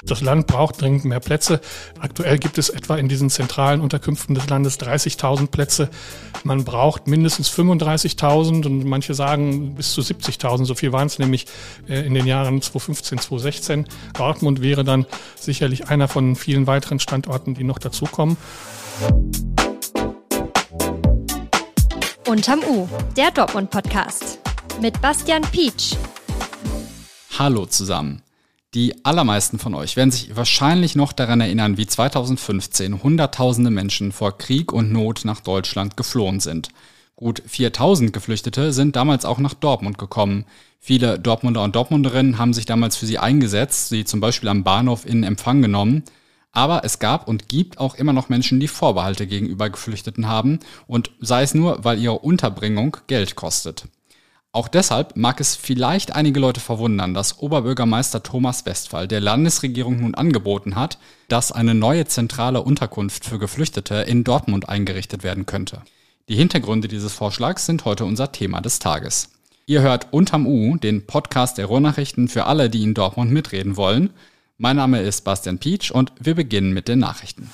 Das Land braucht dringend mehr Plätze. Aktuell gibt es etwa in diesen zentralen Unterkünften des Landes 30.000 Plätze. Man braucht mindestens 35.000 und manche sagen bis zu 70.000. So viel waren es nämlich in den Jahren 2015, 2016. Dortmund wäre dann sicherlich einer von vielen weiteren Standorten, die noch dazukommen. Unterm U, der Dortmund-Podcast mit Bastian Pietsch. Hallo zusammen. Die allermeisten von euch werden sich wahrscheinlich noch daran erinnern, wie 2015 Hunderttausende Menschen vor Krieg und Not nach Deutschland geflohen sind. Gut 4.000 Geflüchtete sind damals auch nach Dortmund gekommen. Viele Dortmunder und Dortmunderinnen haben sich damals für sie eingesetzt, sie zum Beispiel am Bahnhof in Empfang genommen. Aber es gab und gibt auch immer noch Menschen, die Vorbehalte gegenüber Geflüchteten haben und sei es nur, weil ihre Unterbringung Geld kostet. Auch deshalb mag es vielleicht einige Leute verwundern, dass Oberbürgermeister Thomas Westphal der Landesregierung nun angeboten hat, dass eine neue zentrale Unterkunft für Geflüchtete in Dortmund eingerichtet werden könnte. Die Hintergründe dieses Vorschlags sind heute unser Thema des Tages. Ihr hört Unterm U, den Podcast der Ruhrnachrichten für alle, die in Dortmund mitreden wollen. Mein Name ist Bastian Pietsch und wir beginnen mit den Nachrichten.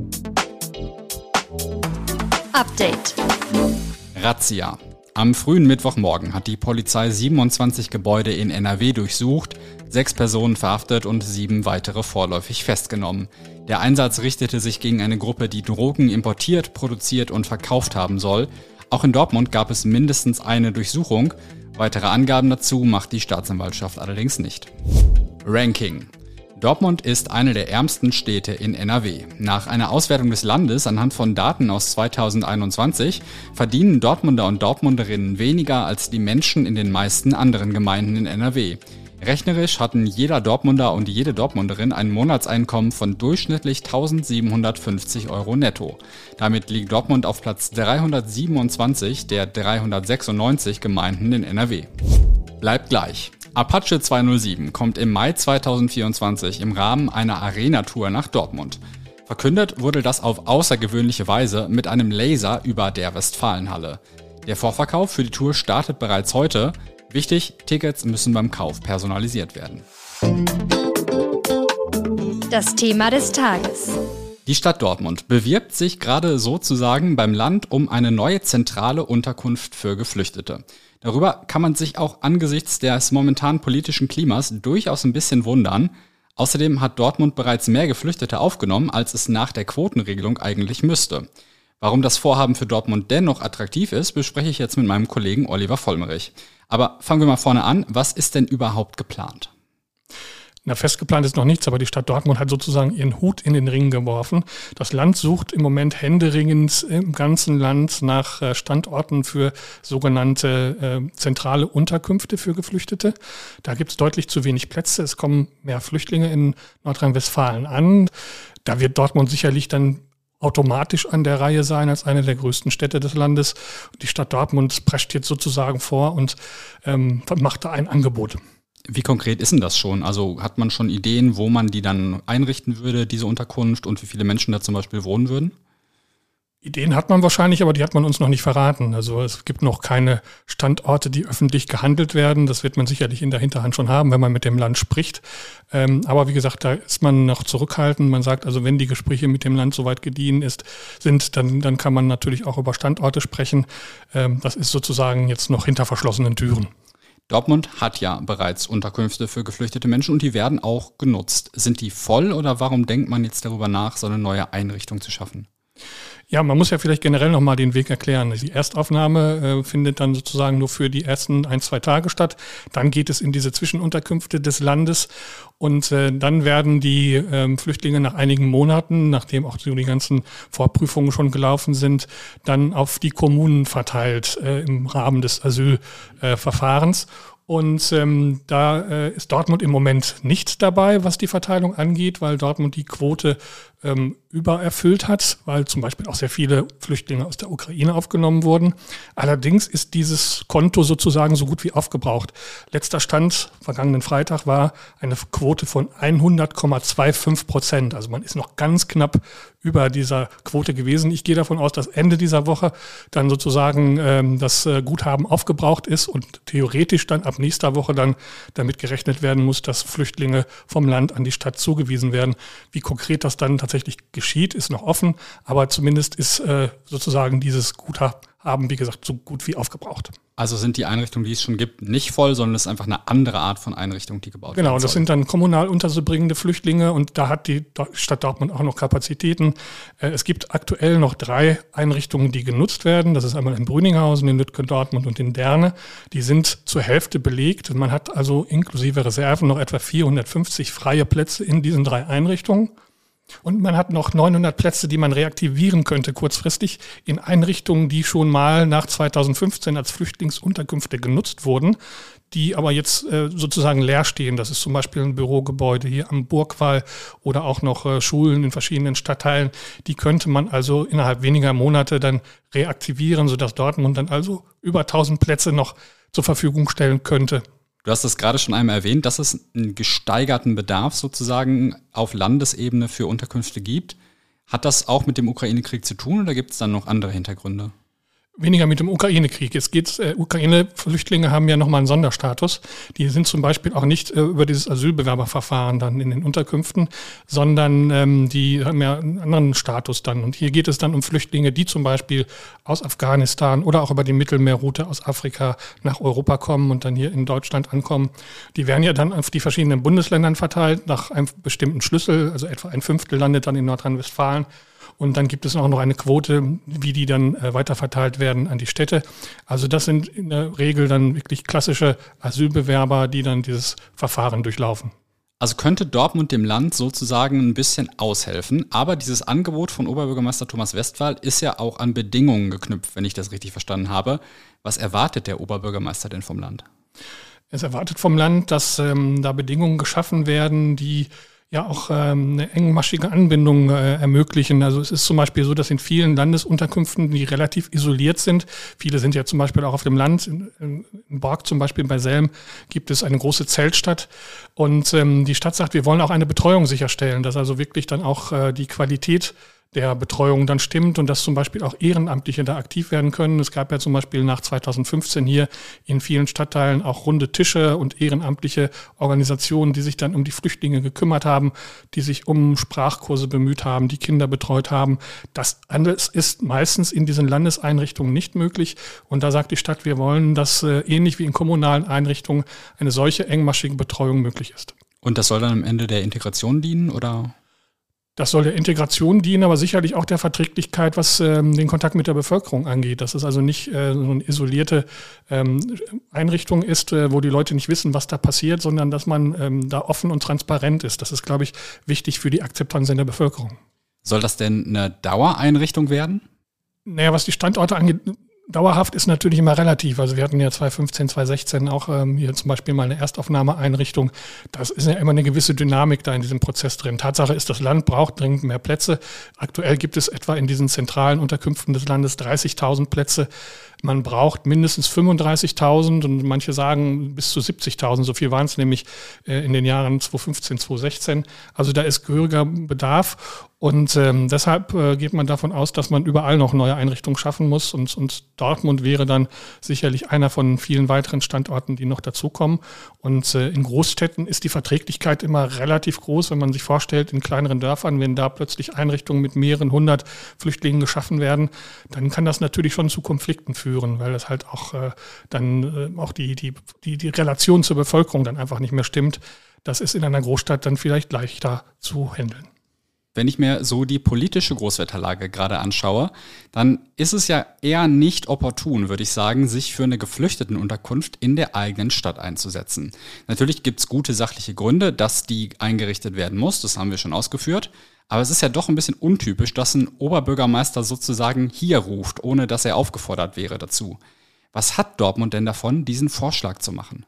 Update. Razzia. Am frühen Mittwochmorgen hat die Polizei 27 Gebäude in NRW durchsucht, 6 Personen verhaftet und 7 weitere vorläufig festgenommen. Der Einsatz richtete sich gegen eine Gruppe, die Drogen importiert, produziert und verkauft haben soll. Auch in Dortmund gab es mindestens eine Durchsuchung. Weitere Angaben dazu macht die Staatsanwaltschaft allerdings nicht. Ranking. Dortmund ist eine der ärmsten Städte in NRW. Nach einer Auswertung des Landes anhand von Daten aus 2021 verdienen Dortmunder und Dortmunderinnen weniger als die Menschen in den meisten anderen Gemeinden in NRW. Rechnerisch hatten jeder Dortmunder und jede Dortmunderin ein Monatseinkommen von durchschnittlich 1.750 Euro netto. Damit liegt Dortmund auf Platz 327 der 396 Gemeinden in NRW. Bleibt gleich. Apache 207 kommt im Mai 2024 im Rahmen einer Arena-Tour nach Dortmund. Verkündet wurde das auf außergewöhnliche Weise mit einem Laser über der Westfalenhalle. Der Vorverkauf für die Tour startet bereits heute. Wichtig, Tickets müssen beim Kauf personalisiert werden. Das Thema des Tages. Die Stadt Dortmund bewirbt sich gerade sozusagen beim Land um eine neue zentrale Unterkunft für Geflüchtete. Darüber kann man sich auch angesichts des momentanen politischen Klimas durchaus ein bisschen wundern. Außerdem hat Dortmund bereits mehr Geflüchtete aufgenommen, als es nach der Quotenregelung eigentlich müsste. Warum das Vorhaben für Dortmund dennoch attraktiv ist, bespreche ich jetzt mit meinem Kollegen Oliver Vollmerich. Aber fangen wir mal vorne an. Was ist denn überhaupt geplant? Na, festgeplant ist noch nichts, aber die Stadt Dortmund hat sozusagen ihren Hut in den Ring geworfen. Das Land sucht im Moment händeringend im ganzen Land nach Standorten für sogenannte zentrale Unterkünfte für Geflüchtete. Da gibt es deutlich zu wenig Plätze. Es kommen mehr Flüchtlinge in Nordrhein-Westfalen an. Da wird Dortmund sicherlich dann automatisch an der Reihe sein als eine der größten Städte des Landes. Die Stadt Dortmund prescht jetzt sozusagen vor und macht da ein Angebot. Wie konkret ist denn das schon? Also hat man schon Ideen, wo man die dann einrichten würde, diese Unterkunft, und wie viele Menschen da zum Beispiel wohnen würden? Ideen hat man wahrscheinlich, aber die hat man uns noch nicht verraten. Also es gibt noch keine Standorte, die öffentlich gehandelt werden. Das wird man sicherlich in der Hinterhand schon haben, wenn man mit dem Land spricht. Aber wie gesagt, da ist man noch zurückhaltend. Man sagt also, wenn die Gespräche mit dem Land soweit gediehen sind, dann kann man natürlich auch über Standorte sprechen. Das ist sozusagen jetzt noch hinter verschlossenen Türen. Dortmund hat ja bereits Unterkünfte für geflüchtete Menschen und die werden auch genutzt. Sind die voll oder warum denkt man jetzt darüber nach, so eine neue Einrichtung zu schaffen? Ja, man muss ja vielleicht generell nochmal den Weg erklären. Die Erstaufnahme findet dann sozusagen nur für die ersten 1-2 Tage statt. Dann geht es in diese Zwischenunterkünfte des Landes und dann werden die Flüchtlinge nach einigen Monaten, nachdem auch so die ganzen Vorprüfungen schon gelaufen sind, dann auf die Kommunen verteilt im Rahmen des Asylverfahrens. Und da ist Dortmund im Moment nicht dabei, was die Verteilung angeht, weil Dortmund die Quote übererfüllt hat, weil zum Beispiel auch sehr viele Flüchtlinge aus der Ukraine aufgenommen wurden. Allerdings ist dieses Konto sozusagen so gut wie aufgebraucht. Letzter Stand, vergangenen Freitag, war eine Quote von 100,25%. Also man ist noch ganz knapp über dieser Quote gewesen. Ich gehe davon aus, dass Ende dieser Woche dann sozusagen das Guthaben aufgebraucht ist und theoretisch dann ab nächster Woche dann damit gerechnet werden muss, dass Flüchtlinge vom Land an die Stadt zugewiesen werden. Wie konkret das dann tatsächlich geschieht, ist noch offen, aber zumindest ist sozusagen dieses Guthaben, wie gesagt, so gut wie aufgebraucht. Also sind die Einrichtungen, die es schon gibt, nicht voll, sondern es ist einfach eine andere Art von Einrichtung, die gebaut wird. Genau, das sind dann kommunal unterzubringende Flüchtlinge und da hat die Stadt Dortmund auch noch Kapazitäten. Es gibt aktuell noch 3 Einrichtungen, die genutzt werden. Das ist einmal in Brüninghausen, in Lütken, Dortmund und in Derne. Die sind zur Hälfte belegt. Man hat also inklusive Reserven noch etwa 450 freie Plätze in diesen 3 Einrichtungen. Und man hat noch 900 Plätze, die man reaktivieren könnte kurzfristig in Einrichtungen, die schon mal nach 2015 als Flüchtlingsunterkünfte genutzt wurden, die aber jetzt sozusagen leer stehen. Das ist zum Beispiel ein Bürogebäude hier am Burgwall oder auch noch Schulen in verschiedenen Stadtteilen. Die könnte man also innerhalb weniger Monate dann reaktivieren, sodass Dortmund dann also über 1000 Plätze noch zur Verfügung stellen könnte. Du hast es gerade schon einmal erwähnt, dass es einen gesteigerten Bedarf sozusagen auf Landesebene für Unterkünfte gibt. Hat das auch mit dem Ukraine-Krieg zu tun oder gibt es dann noch andere Hintergründe? Weniger mit dem Ukraine-Krieg. Es geht, Ukraine-Flüchtlinge haben ja nochmal einen Sonderstatus. Die sind zum Beispiel auch nicht über dieses Asylbewerberverfahren dann in den Unterkünften, sondern die haben ja einen anderen Status dann. Und hier geht es dann um Flüchtlinge, die zum Beispiel aus Afghanistan oder auch über die Mittelmeerroute aus Afrika nach Europa kommen und dann hier in Deutschland ankommen. Die werden ja dann auf die verschiedenen Bundesländern verteilt nach einem bestimmten Schlüssel, also etwa 1/5 landet dann in Nordrhein-Westfalen. Und dann gibt es auch noch eine Quote, wie die dann weiterverteilt werden an die Städte. Also das sind in der Regel dann wirklich klassische Asylbewerber, die dann dieses Verfahren durchlaufen. Also könnte Dortmund dem Land sozusagen ein bisschen aushelfen. Aber dieses Angebot von Oberbürgermeister Thomas Westphal ist ja auch an Bedingungen geknüpft, wenn ich das richtig verstanden habe. Was erwartet der Oberbürgermeister denn vom Land? Es erwartet vom Land, dass da Bedingungen geschaffen werden, die ja auch eine engmaschige Anbindung ermöglichen. Also es ist zum Beispiel so, dass in vielen Landesunterkünften, die relativ isoliert sind, viele sind ja zum Beispiel auch auf dem Land, in Bork zum Beispiel bei Selm gibt es eine große Zeltstadt und die Stadt sagt, wir wollen auch eine Betreuung sicherstellen, dass also wirklich dann auch die Qualität der Betreuung dann stimmt und dass zum Beispiel auch Ehrenamtliche da aktiv werden können. Es gab ja zum Beispiel nach 2015 hier in vielen Stadtteilen auch runde Tische und ehrenamtliche Organisationen, die sich dann um die Flüchtlinge gekümmert haben, die sich um Sprachkurse bemüht haben, die Kinder betreut haben. Das alles ist meistens in diesen Landeseinrichtungen nicht möglich. Und da sagt die Stadt, wir wollen, dass ähnlich wie in kommunalen Einrichtungen eine solche engmaschige Betreuung möglich ist. Und das soll dann am Ende der Integration dienen, oder? Das soll der Integration dienen, aber sicherlich auch der Verträglichkeit, was den Kontakt mit der Bevölkerung angeht. Dass es also nicht so eine isolierte Einrichtung ist, wo die Leute nicht wissen, was da passiert, sondern dass man da offen und transparent ist. Das ist, glaube ich, wichtig für die Akzeptanz in der Bevölkerung. Soll das denn eine Dauereinrichtung werden? Naja, was die Standorte angeht, dauerhaft ist natürlich immer relativ. Also wir hatten ja 2015, 2016 auch hier zum Beispiel mal eine Erstaufnahmeeinrichtung. Das ist ja immer eine gewisse Dynamik da in diesem Prozess drin. Tatsache ist, das Land braucht dringend mehr Plätze. Aktuell gibt es etwa in diesen zentralen Unterkünften des Landes 30.000 Plätze. Man braucht mindestens 35.000 und manche sagen bis zu 70.000. So viel waren es nämlich in den Jahren 2015, 2016. Also da ist gehöriger Bedarf. Und deshalb geht man davon aus, dass man überall noch neue Einrichtungen schaffen muss. Und Dortmund wäre dann sicherlich einer von vielen weiteren Standorten, die noch dazukommen. Und in Großstädten ist die Verträglichkeit immer relativ groß. Wenn man sich vorstellt, in kleineren Dörfern, wenn da plötzlich Einrichtungen mit mehreren 100 Flüchtlingen geschaffen werden, dann kann das natürlich schon zu Konflikten führen, weil das halt auch dann auch die Relation zur Bevölkerung dann einfach nicht mehr stimmt. Das ist in einer Großstadt dann vielleicht leichter zu handeln. Wenn ich mir so die politische Großwetterlage gerade anschaue, dann ist es ja eher nicht opportun, würde ich sagen, sich für eine Geflüchtetenunterkunft in der eigenen Stadt einzusetzen. Natürlich gibt es gute sachliche Gründe, dass die eingerichtet werden muss, das haben wir schon ausgeführt. Aber es ist ja doch ein bisschen untypisch, dass ein Oberbürgermeister sozusagen hier ruft, ohne dass er aufgefordert wäre dazu. Was hat Dortmund denn davon, diesen Vorschlag zu machen?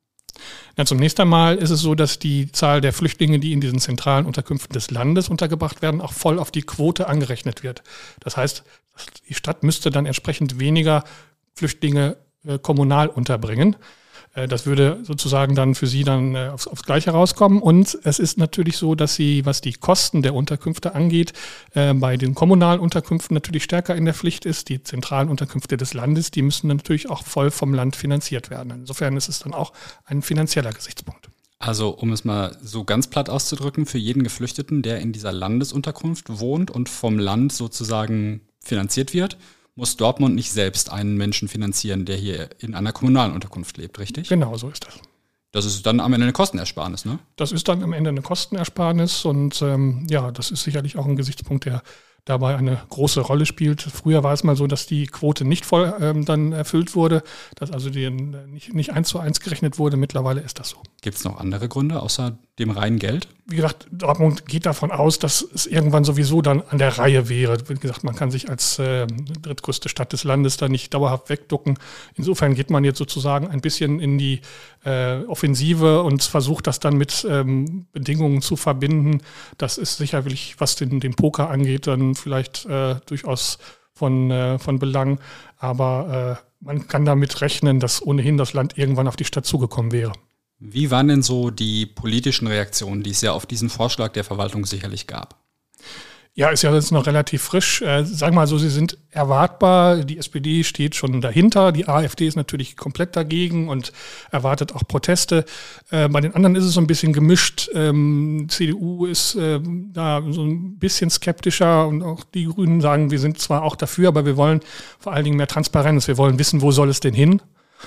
Ja, zunächst einmal ist es so, dass die Zahl der Flüchtlinge, die in diesen zentralen Unterkünften des Landes untergebracht werden, auch voll auf die Quote angerechnet wird. Das heißt, die Stadt müsste dann entsprechend weniger Flüchtlinge kommunal unterbringen. Das würde sozusagen dann für sie dann aufs Gleiche rauskommen. Und es ist natürlich so, dass sie, was die Kosten der Unterkünfte angeht, bei den kommunalen Unterkünften natürlich stärker in der Pflicht ist. Die zentralen Unterkünfte des Landes, die müssen natürlich auch voll vom Land finanziert werden. Insofern ist es dann auch ein finanzieller Gesichtspunkt. Also um es mal so ganz platt auszudrücken, für jeden Geflüchteten, der in dieser Landesunterkunft wohnt und vom Land sozusagen finanziert wird, muss Dortmund nicht selbst einen Menschen finanzieren, der hier in einer kommunalen Unterkunft lebt, richtig? Genau, so ist das. Das ist dann am Ende eine Kostenersparnis, ne? Das ist dann am Ende eine Kostenersparnis und das ist sicherlich auch ein Gesichtspunkt, der dabei eine große Rolle spielt. Früher war es mal so, dass die Quote nicht voll dann erfüllt wurde, dass also die nicht 1:1 gerechnet wurde. Mittlerweile ist das so. Gibt es noch andere Gründe außer dem reinen Geld? Wie gesagt, Dortmund geht davon aus, dass es irgendwann sowieso dann an der Reihe wäre. Wie gesagt, man kann sich als drittgrößte Stadt des Landes da nicht dauerhaft wegducken. Insofern geht man jetzt sozusagen ein bisschen in die Offensive und versucht das dann mit Bedingungen zu verbinden. Das ist sicherlich, was den Poker angeht, dann vielleicht durchaus von Belang. Aber man kann damit rechnen, dass ohnehin das Land irgendwann auf die Stadt zugekommen wäre. Wie waren denn so die politischen Reaktionen, die es ja auf diesen Vorschlag der Verwaltung sicherlich gab? Ja, ist ja jetzt noch relativ frisch. Sag mal so, sie sind erwartbar. Die SPD steht schon dahinter. Die AfD ist natürlich komplett dagegen und erwartet auch Proteste. Bei den anderen ist es so ein bisschen gemischt. CDU ist da so ein bisschen skeptischer und auch die Grünen sagen, wir sind zwar auch dafür, aber wir wollen vor allen Dingen mehr Transparenz. Wir wollen wissen, wo soll es denn hin?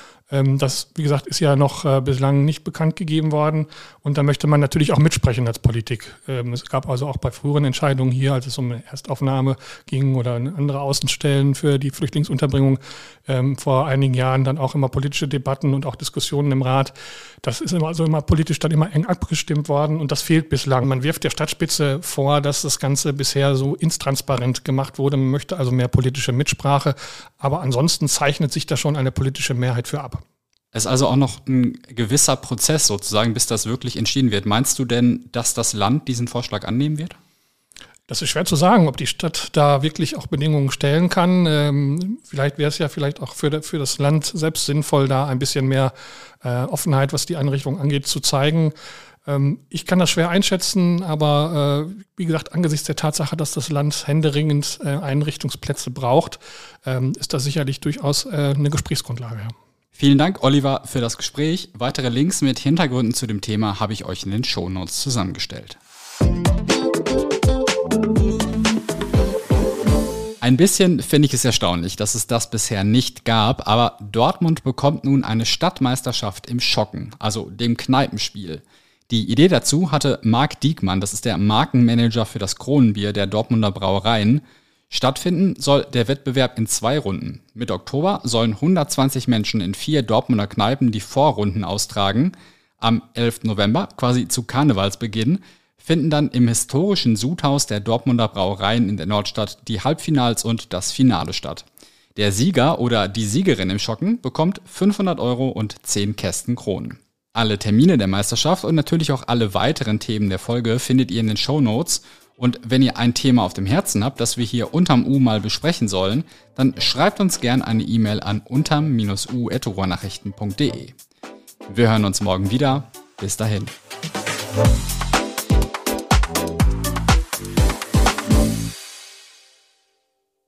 Das, wie gesagt, ist ja noch bislang nicht bekannt gegeben worden. Und da möchte man natürlich auch mitsprechen als Politik. Es gab also auch bei früheren Entscheidungen hier, als es um eine Erstaufnahme ging oder andere Außenstellen für die Flüchtlingsunterbringung, vor einigen Jahren dann auch immer politische Debatten und auch Diskussionen im Rat. Das ist immer politisch dann immer eng abgestimmt worden und das fehlt bislang. Man wirft der Stadtspitze vor, dass das Ganze bisher so intransparent gemacht wurde. Man möchte also mehr politische Mitsprache. Aber ansonsten zeichnet sich da schon eine politische Mehrheit für ab. Es ist also auch noch ein gewisser Prozess sozusagen, bis das wirklich entschieden wird. Meinst du denn, dass das Land diesen Vorschlag annehmen wird? Das ist schwer zu sagen, ob die Stadt da wirklich auch Bedingungen stellen kann. Vielleicht wäre es ja vielleicht auch für das Land selbst sinnvoll, da ein bisschen mehr Offenheit, was die Einrichtung angeht, zu zeigen. Ich kann das schwer einschätzen, aber wie gesagt, angesichts der Tatsache, dass das Land händeringend Einrichtungsplätze braucht, ist das sicherlich durchaus eine Gesprächsgrundlage. Ja. Vielen Dank, Oliver, für das Gespräch. Weitere Links mit Hintergründen zu dem Thema habe ich euch in den Shownotes zusammengestellt. Ein bisschen finde ich es erstaunlich, dass es das bisher nicht gab, aber Dortmund bekommt nun eine Stadtmeisterschaft im Schocken, also dem Kneipenspiel. Die Idee dazu hatte Marc Diekmann, das ist der Markenmanager für das Kronenbier der Dortmunder Brauereien. Stattfinden soll der Wettbewerb in 2 Runden. Mitte Oktober sollen 120 Menschen in 4 Dortmunder Kneipen die Vorrunden austragen. Am 11. November, quasi zu Karnevalsbeginn, finden dann im historischen Sudhaus der Dortmunder Brauereien in der Nordstadt die Halbfinals und das Finale statt. Der Sieger oder die Siegerin im Schocken bekommt 500 € und 10 Kästen Kronen. Alle Termine der Meisterschaft und natürlich auch alle weiteren Themen der Folge findet ihr in den Shownotes. Und wenn ihr ein Thema auf dem Herzen habt, das wir hier unterm U mal besprechen sollen, dann schreibt uns gern eine E-Mail an unterm-u@ruhrnachrichten.de. Wir hören uns morgen wieder. Bis dahin.